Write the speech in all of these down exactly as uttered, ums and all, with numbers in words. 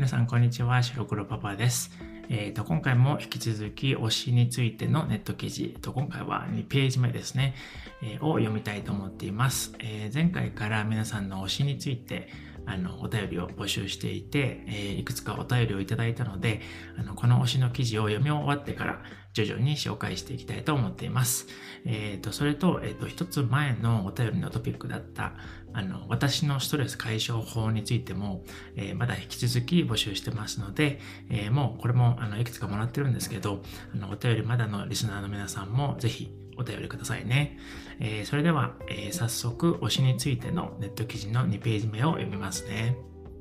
皆さんこんにちは、白黒パパです。えーと、今回も引き続き推しについてのネット記事と、今回はにページ目ですね、えー、を読みたいと思っています。えー、前回から皆さんの推しについてあのお便りを募集していて、えー、いくつかお便りをいただいたので、あのこの推しの記事を読み終わってから徐々に紹介していきたいと思っています。えーと、それと、えーと、一つ前のお便りのトピックだったあの私のストレス解消法についても、えー、まだ引き続き募集してますので、えー、もうこれもあのいくつかもらってるんですけど、あのお便りまだのリスナーの皆さんもぜひお便りくださいね。えー、それでは、えー、早速推しについてのネット記事のにページ目を読みますね。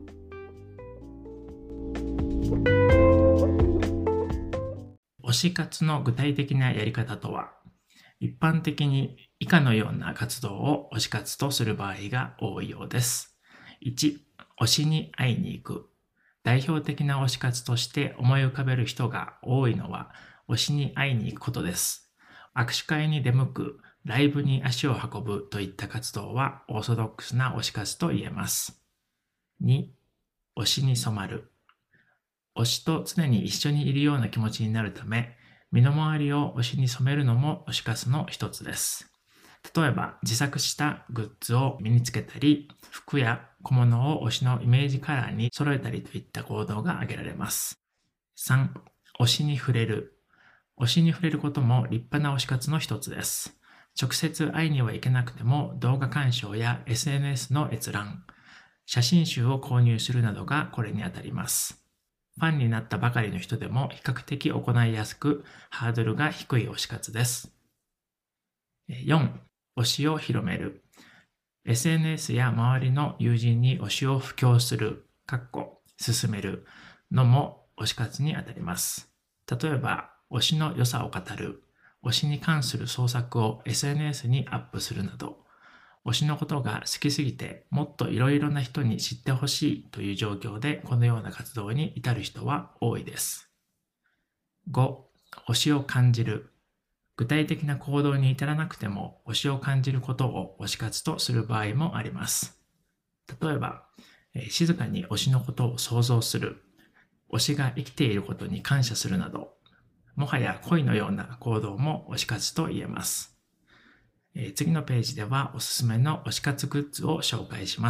推し活の具体的なやり方とは、一般的に以下のような活動を推し活とする場合が多いようです。いち、推しに会いに行く。代表的な推し活として思い浮かべる人が多いのは、推しに会いに行くことです。握手会に出向く、ライブに足を運ぶといった活動はオーソドックスな推し活と言えます。に、推しに染まる。推しと常に一緒にいるような気持ちになるため、身の回りを推しに染めるのも推し活の一つです。例えば、自作したグッズを身につけたり、服や小物を推しのイメージカラーに揃えたりといった行動が挙げられます。さん、推しに触れる。推しに触れることも立派な推し活の一つです。直接会いには行けなくても動画鑑賞や エスエヌエス の閲覧、写真集を購入するなどがこれにあたります。ファンになったばかりの人でも比較的行いやすく、ハードルが低い推し活です。よん、推しを広める。エスエヌエス や周りの友人に推しを布教する、かっこ進めるのも推し活にあたります。例えば、推しの良さを語る、推しに関する創作を エスエヌエス にアップするなど、推しのことが好きすぎてもっといろいろな人に知ってほしいという状況でこのような活動に至る人は多いです。ご、推しを感じる。具体的な行動に至らなくても推しを感じることを推し活とする場合もあります。例えば、静かに推しのことを想像する、推しが生きていることに感謝するなど、もはや恋のような行動も推し活と言えます。えー、次のページではおすすめの推し活グッズを紹介します。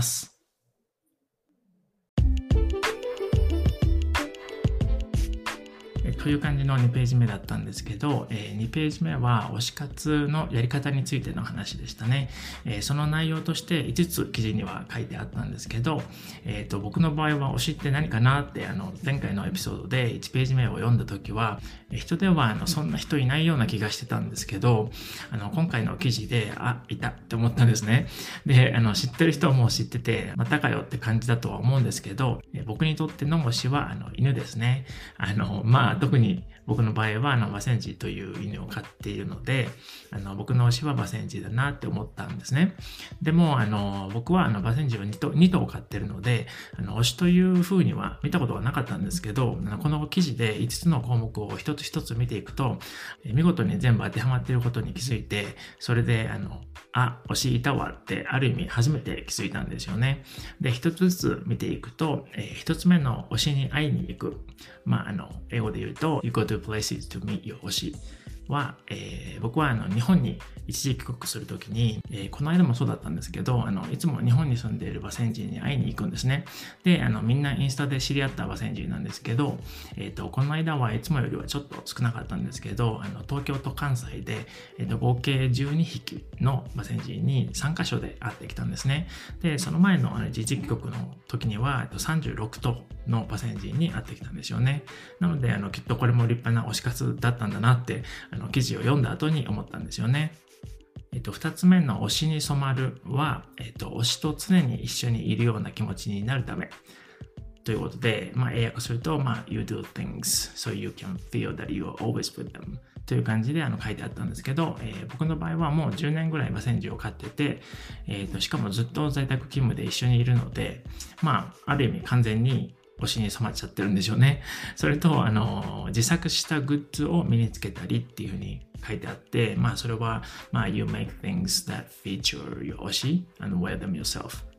という感じのにページ目だったんですけど、にページ目は推し活のやり方についての話でしたね。その内容としていつつ記事には書いてあったんですけど、えー、と僕の場合は推しって何かなってあの前回のエピソードでいちページ目を読んだ時は、人ではあのそんな人いないような気がしてたんですけど、あの今回の記事で、あ、いたって思ったんですね。で、あの知ってる人はもう知ってて、またかよって感じだとは思うんですけど、僕にとっての推しはあの犬ですね。あの、まあ、特に僕の場合はあのバセンジという犬を飼っているので、あの僕の推しはバセンジだなって思ったんですね。でもあの僕はあのバセンジを 2, 頭に頭飼っているので、あの推しという風には見たことはなかったんですけど、この記事でいつつの項目を一つ一つ見ていくと、見事に全部当てはまっていることに気づいて、それであのあ、推しいたわってある意味初めて気づいたんですよね。で、一つずつ見ていくと、えー、一つ目の推しに会いに行く。まあ、あの、英語で言うと、You go to places to meet your 推しは、えー、僕はあの日本に一時帰国するときに、えー、この間もそうだったんですけど、あのいつも日本に住んでいるバセンジーに会いに行くんですね。で、あのみんなインスタで知り合ったバセンジーなんですけど、えーと、この間はいつもよりはちょっと少なかったんですけど、あの東京と関西で、えーと、合計じゅうにひきのバセンジーにさんカ所で会ってきたんですね。で、その前の一時帰国の時にはさんじゅうろく頭のバセンジーに会ってきたんですよね。なので、あのきっとこれも立派な推し活だったんだなってあの記事を読んだ後に思ったんですよね。えっと、二つ目の推しに染まるは、えっと、推しと常に一緒にいるような気持ちになるためということで、まあ、英訳すると、まあ、You do things so you can feel that you are always with them という感じであの書いてあったんですけど、えー、僕の場合はもうじゅうねんぐらいバセンジを飼ってて、えーと、しかもずっと在宅勤務で一緒にいるので、まあ、ある意味完全に推しに染まっちゃってるんでしょうね。それと、あの、自作したグッズを身につけたりっていうふうに書いてあって、まあ、それは、まあ、You make things that feature your 推し and wear them yourself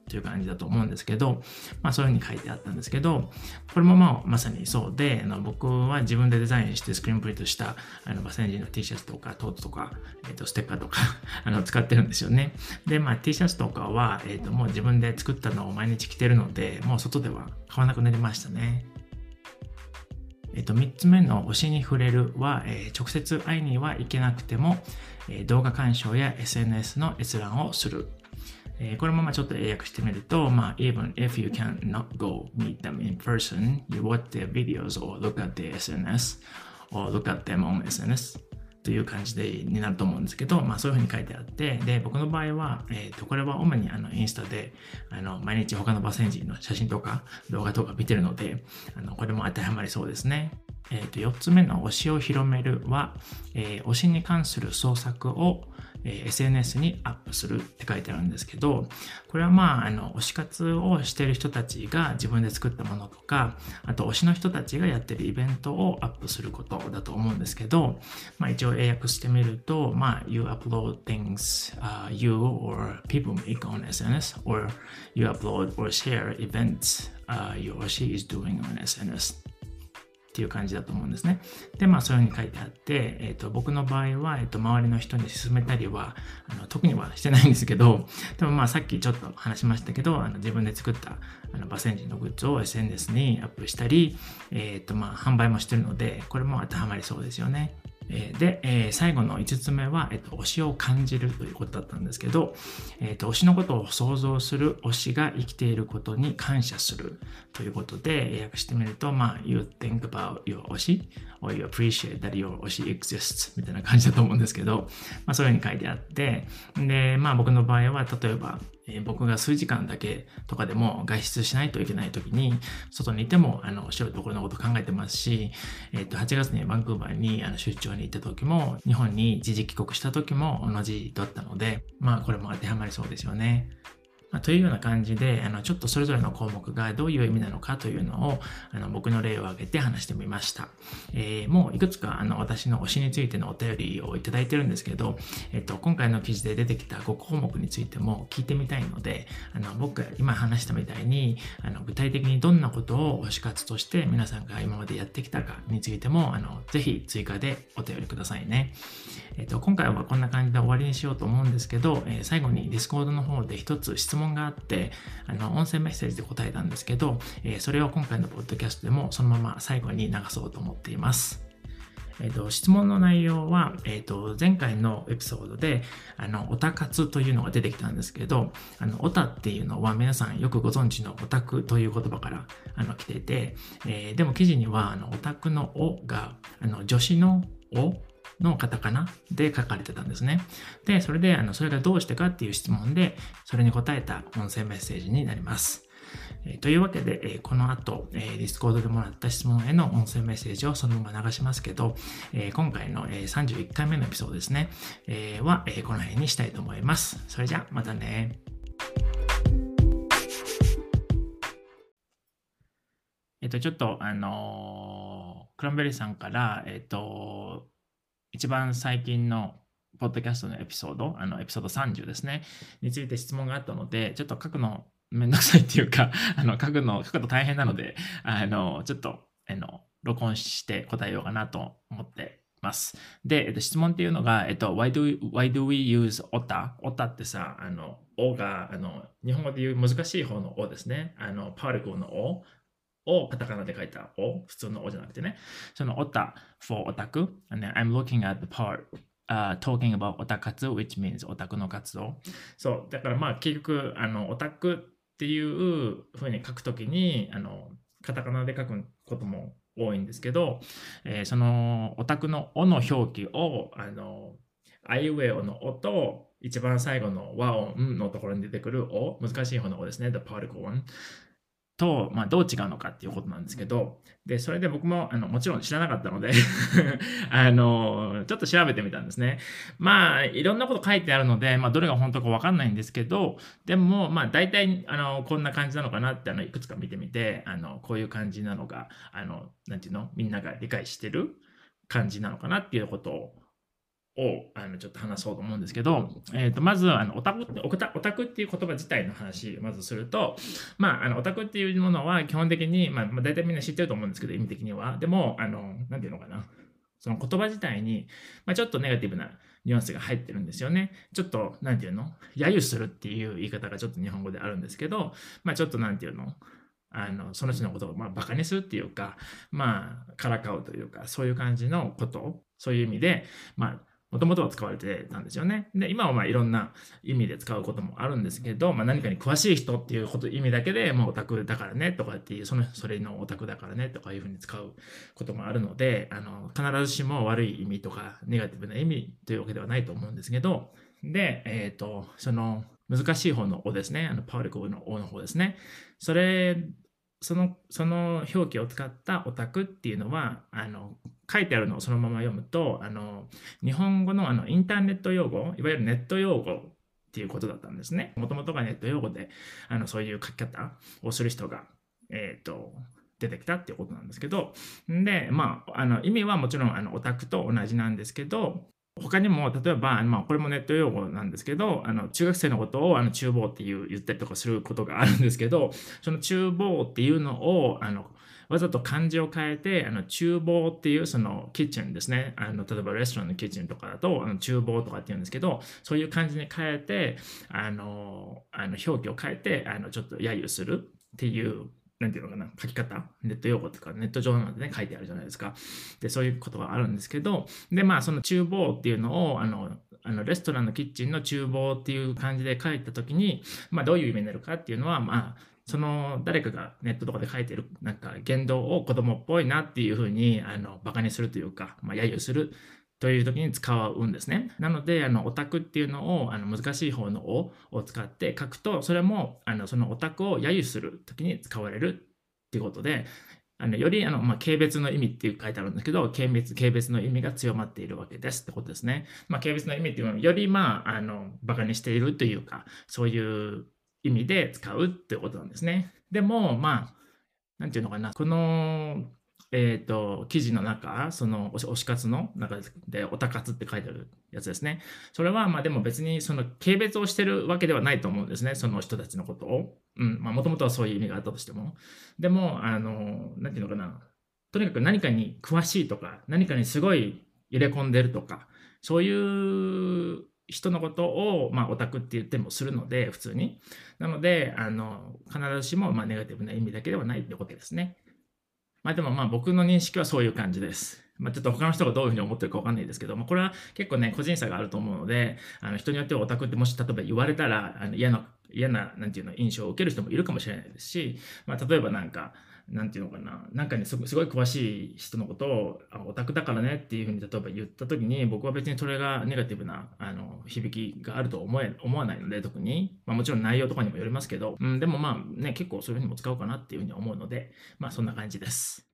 という感じだと思うんですけど、まあそういうふうに書いてあったんですけど、これもまあまさにそうで、あの僕は自分でデザインしてスクリーンプリントしたあのバセンジの T シャツとかトートとか、えー、とステッカーとかあの使ってるんですよね。で、まあ T シャツとかは、えー、ともう自分で作ったのを毎日着てるので、もう外では買わなくなりましたね。えっと、みっつめの推しに触れるは、えー、直接会いには行けなくても、えー、動画鑑賞や エスエヌエス の閲覧をする。えー、これもまあちょっと英訳してみると、まあ、even if you cannot go meet them in person, you watch their videos or look at their エスエヌエスor look at them on エスエヌエスという感じでになると思うんですけど、まあそういうふうに書いてあって、で、僕の場合は、えっと、これは主にあのインスタで、あの、毎日他のバセンジの写真とか動画とか見てるので、あの、これも当てはまりそうですね。えっと、よっつめの推しを広めるは、えー、推しに関する創作をエスエヌエス にアップするって書いてあるんですけど、これはまあ、あの、推し活をしている人たちが自分で作ったものとか、あと推しの人たちがやってるイベントをアップすることだと思うんですけど、まあ一応英訳してみると、まあ、you upload things、uh, you or people make on エスエヌエスor you upload or share events、uh, you or she is doing on エスエヌエス。っていう感じだと思うんですね。で、まあそういうふうに書いてあって、えっと、僕の場合は、えっと、周りの人に勧めたりは、あの特にはしてないんですけど、でもまあさっきちょっと話しましたけど、あの自分で作ったあのバセンジのグッズを エスエヌエス にアップしたり、えっとまあ販売もしてるので、これも当てはまりそうですよね。で、えー、最後のいつつめは、えっと、推しを感じるということだったんですけど、えっと、推しのことを想像する、推しが生きていることに感謝するということで、訳してみると、まあ、you think about your 推し or you appreciate that your 推し exists みたいな感じだと思うんですけど、まあ、そういうふうに書いてあって、で、まあ、僕の場合は、例えば、えー、僕が数時間だけとかでも外出しないといけないときに、外にいても、あの、白いところのこと考えてますし、えっと、はちがつにバンクーバーにあの出張に行った時も、日本に一時帰国した時も同じだったので、まあ、これも当てはまりそうですよね。まあ、というような感じで、あの、ちょっとそれぞれの項目がどういう意味なのかというのを、あの、僕の例を挙げて話してみました。えー、もういくつか、あの、私の推しについてのお便りをいただいてるんですけど、えっと、今回の記事で出てきたご項目についても聞いてみたいので、あの、僕が今話したみたいに、あの、具体的にどんなことを推し活として皆さんが今までやってきたかについても、あの、ぜひ追加でお便りくださいね。えっと、今回はこんな感じで終わりにしようと思うんですけど、えー、最後に Discord の方で一つ質問があって、あの、音声メッセージで答えたんですけど、えー、それを今回のポッドキャストでもそのまま最後に流そうと思っています。えっと、質問の内容は、えっと、前回のエピソードで、あの、オタ活というのが出てきたんですけど、あの、オタっていうのは皆さんよくご存知のオタクという言葉から、あの、来ていて、えー、でも記事には、あの、オタクのオが、あの、助詞のオのカタカナで書かれてたんですね。で、それで、あの、それがどうしてかっていう質問で、それに答えた音声メッセージになります。えー、というわけで、えー、この後、えー、Discord でもらった質問への音声メッセージをそのまま流しますけど、えー、今回の、えー、さんじゅういっかいめのエピソードですね、えー、は、えー、この辺にしたいと思います。それじゃあ、またね。えっと、ちょっと、あのー、クランベリーさんから、えっと、一番最近のポッドキャストのエピソード、あのエピソードさんじゅうですね、について質問があったので、ちょっと書くのめんどくさいっていうか、あの書くの、書くと大変なので、あの、ちょっと、あの、録音して答えようかなと思ってます。で、えっと、質問っていうのが、えっと、why do we, why do we use オタ オタってさ、あの、O が、あの、日本語で言う難しい方の O ですね。あの、パーティクルの O。をカタカナで書いたO、普通のOじゃなくてね。そのオタ for オタク。And then I'm looking at the part、uh, talking about オタ活 which means オタクの活動。そう。だからまあ結局、あの、オタクっていう風に書くときに、あの、カタカナで書くことも多いんですけど、えー、そのオタクのOの表記を、あの、あいうえおのOと、一番最後の和音のところに出てくるO、難しい方のOですね。the particle one。と、まあ、どう違うのかっていうことなんですけど、で、それで僕も、あの、もちろん知らなかったのであの、ちょっと調べてみたんですね。まあ、いろんなこと書いてあるので、まあ、どれが本当かわかんないんですけど、でも、まあ、大体、あの、こんな感じなのかなって、あの、いくつか見てみて、あの、こういう感じなのが、あの、なんていうの、みんなが理解してる感じなのかなっていうことををあのちょっと話そうと思うんですけど、えー、とまずあのオタクってオタオタクっていう言葉自体の話をまずすると、まあ、あのオタクっていうものは基本的に、まあ、まあ大体みんな知ってると思うんですけど、意味的には。でも、あのなんていうのかな、その言葉自体に、まあ、ちょっとネガティブなニュアンスが入ってるんですよね。ちょっと、なんていうの、揶揄するっていう言い方がちょっと日本語であるんですけど、まあ、ちょっとなんていうの、あのその人のことをまあバカにするっていうか、まあ、からかうというか、そういう感じのこと、そういう意味で、まあ、もともとは使われてたんですよね。で、今はまあいろんな意味で使うこともあるんですけど、まあ、何かに詳しい人っていうこと意味だけで、まあ、オタクだからねとかっていう、そのそれのオタクだからねとかいうふうに使うこともあるので、あの必ずしも悪い意味とかネガティブな意味というわけではないと思うんですけど、で、えっ、ー、と、その難しい方の「お」ですね、あのパウリコの「お」の方ですね。それそのその表記を使ったオタクっていうのは、あの書いてあるのをそのまま読むと、あの日本語のあのインターネット用語、いわゆるネット用語っていうことだったんですね。もともとがネット用語で、あのそういう書き方をする人が、えっ、ー、と出てきたっていうことなんですけど、で、まあ、あの意味はもちろんあのオタクと同じなんですけど、他にも例えば、まあ、これもネット用語なんですけど、あの中学生のことをあの厨房っていう言ったりとかすることがあるんですけど、その厨房っていうのをあのわざと漢字を変えて、あの厨房っていうそのキッチンですね、あの例えばレストランのキッチンとかだとあの厨房とかって言うんですけど、そういう漢字に変えて、あのあの表記を変えて、あのちょっと揶揄するっていうなんていうのかな、書き方、ネット用語とか、ネット上なんでね、書いてあるじゃないですか。で、そういうことがあるんですけど、で、まあ、その厨房っていうのを、あの、あのレストランのキッチンの厨房っていう感じで書いたときに、まあ、どういう意味になるかっていうのは、まあ、その誰かがネットとかで書いてるなんか言動を子供っぽいなっていうふうにあのバカにするというか、まあ、揶揄するという時に使うんですね。なので、あのオタクっていうのをあの難しい方の「お」を使って書くと、それもあのそのオタクを揶揄する時に使われるっていうことで、あのよりあの、まあ、軽蔑の意味っていう書いてあるんですけど、軽蔑軽蔑の意味が強まっているわけですってことですね。まあ、軽蔑の意味っていうのは、よりまあ、あのバカにしているというか、そういう意味で使うってことなんですね。でも、まあ、なんていうのかな、このえっ、ー、と、記事の中、その推し活の中で、オタ活って書いてあるやつですね。それは、まあでも別にその軽蔑をしてるわけではないと思うんですね。その人たちのことを。うん。まあもともとはそういう意味があったとしても。でも、あの、なんていうのかな。とにかく何かに詳しいとか、何かにすごい入れ込んでるとか、そういう人のことを、まあ、オタクって言ってもするので、普通に。なので、あの、必ずしも、まあ、ネガティブな意味だけではないってことですね。まあでもまあ僕の認識はそういう感じです。まあちょっと他の人がどういうふうに思ってるかわかんないですけど、まあこれは結構ね、個人差があると思うので、あの人によってはオタクってもし例えば言われたら、あの嫌な、嫌な、なんていうの、印象を受ける人もいるかもしれないですし、まあ例えばなんか、なんていうのかな、なんかにすごすごい詳しい人のことを、あオタクだからねっていうふうに例えば言ったときに、僕は別にそれがネガティブなあの響きがあると思え思わないので、特に、まあ、もちろん内容とかにもよりますけど、うん、でもまあね、結構そういうふうにも使おうかなっていうふうに思うので、まあそんな感じです。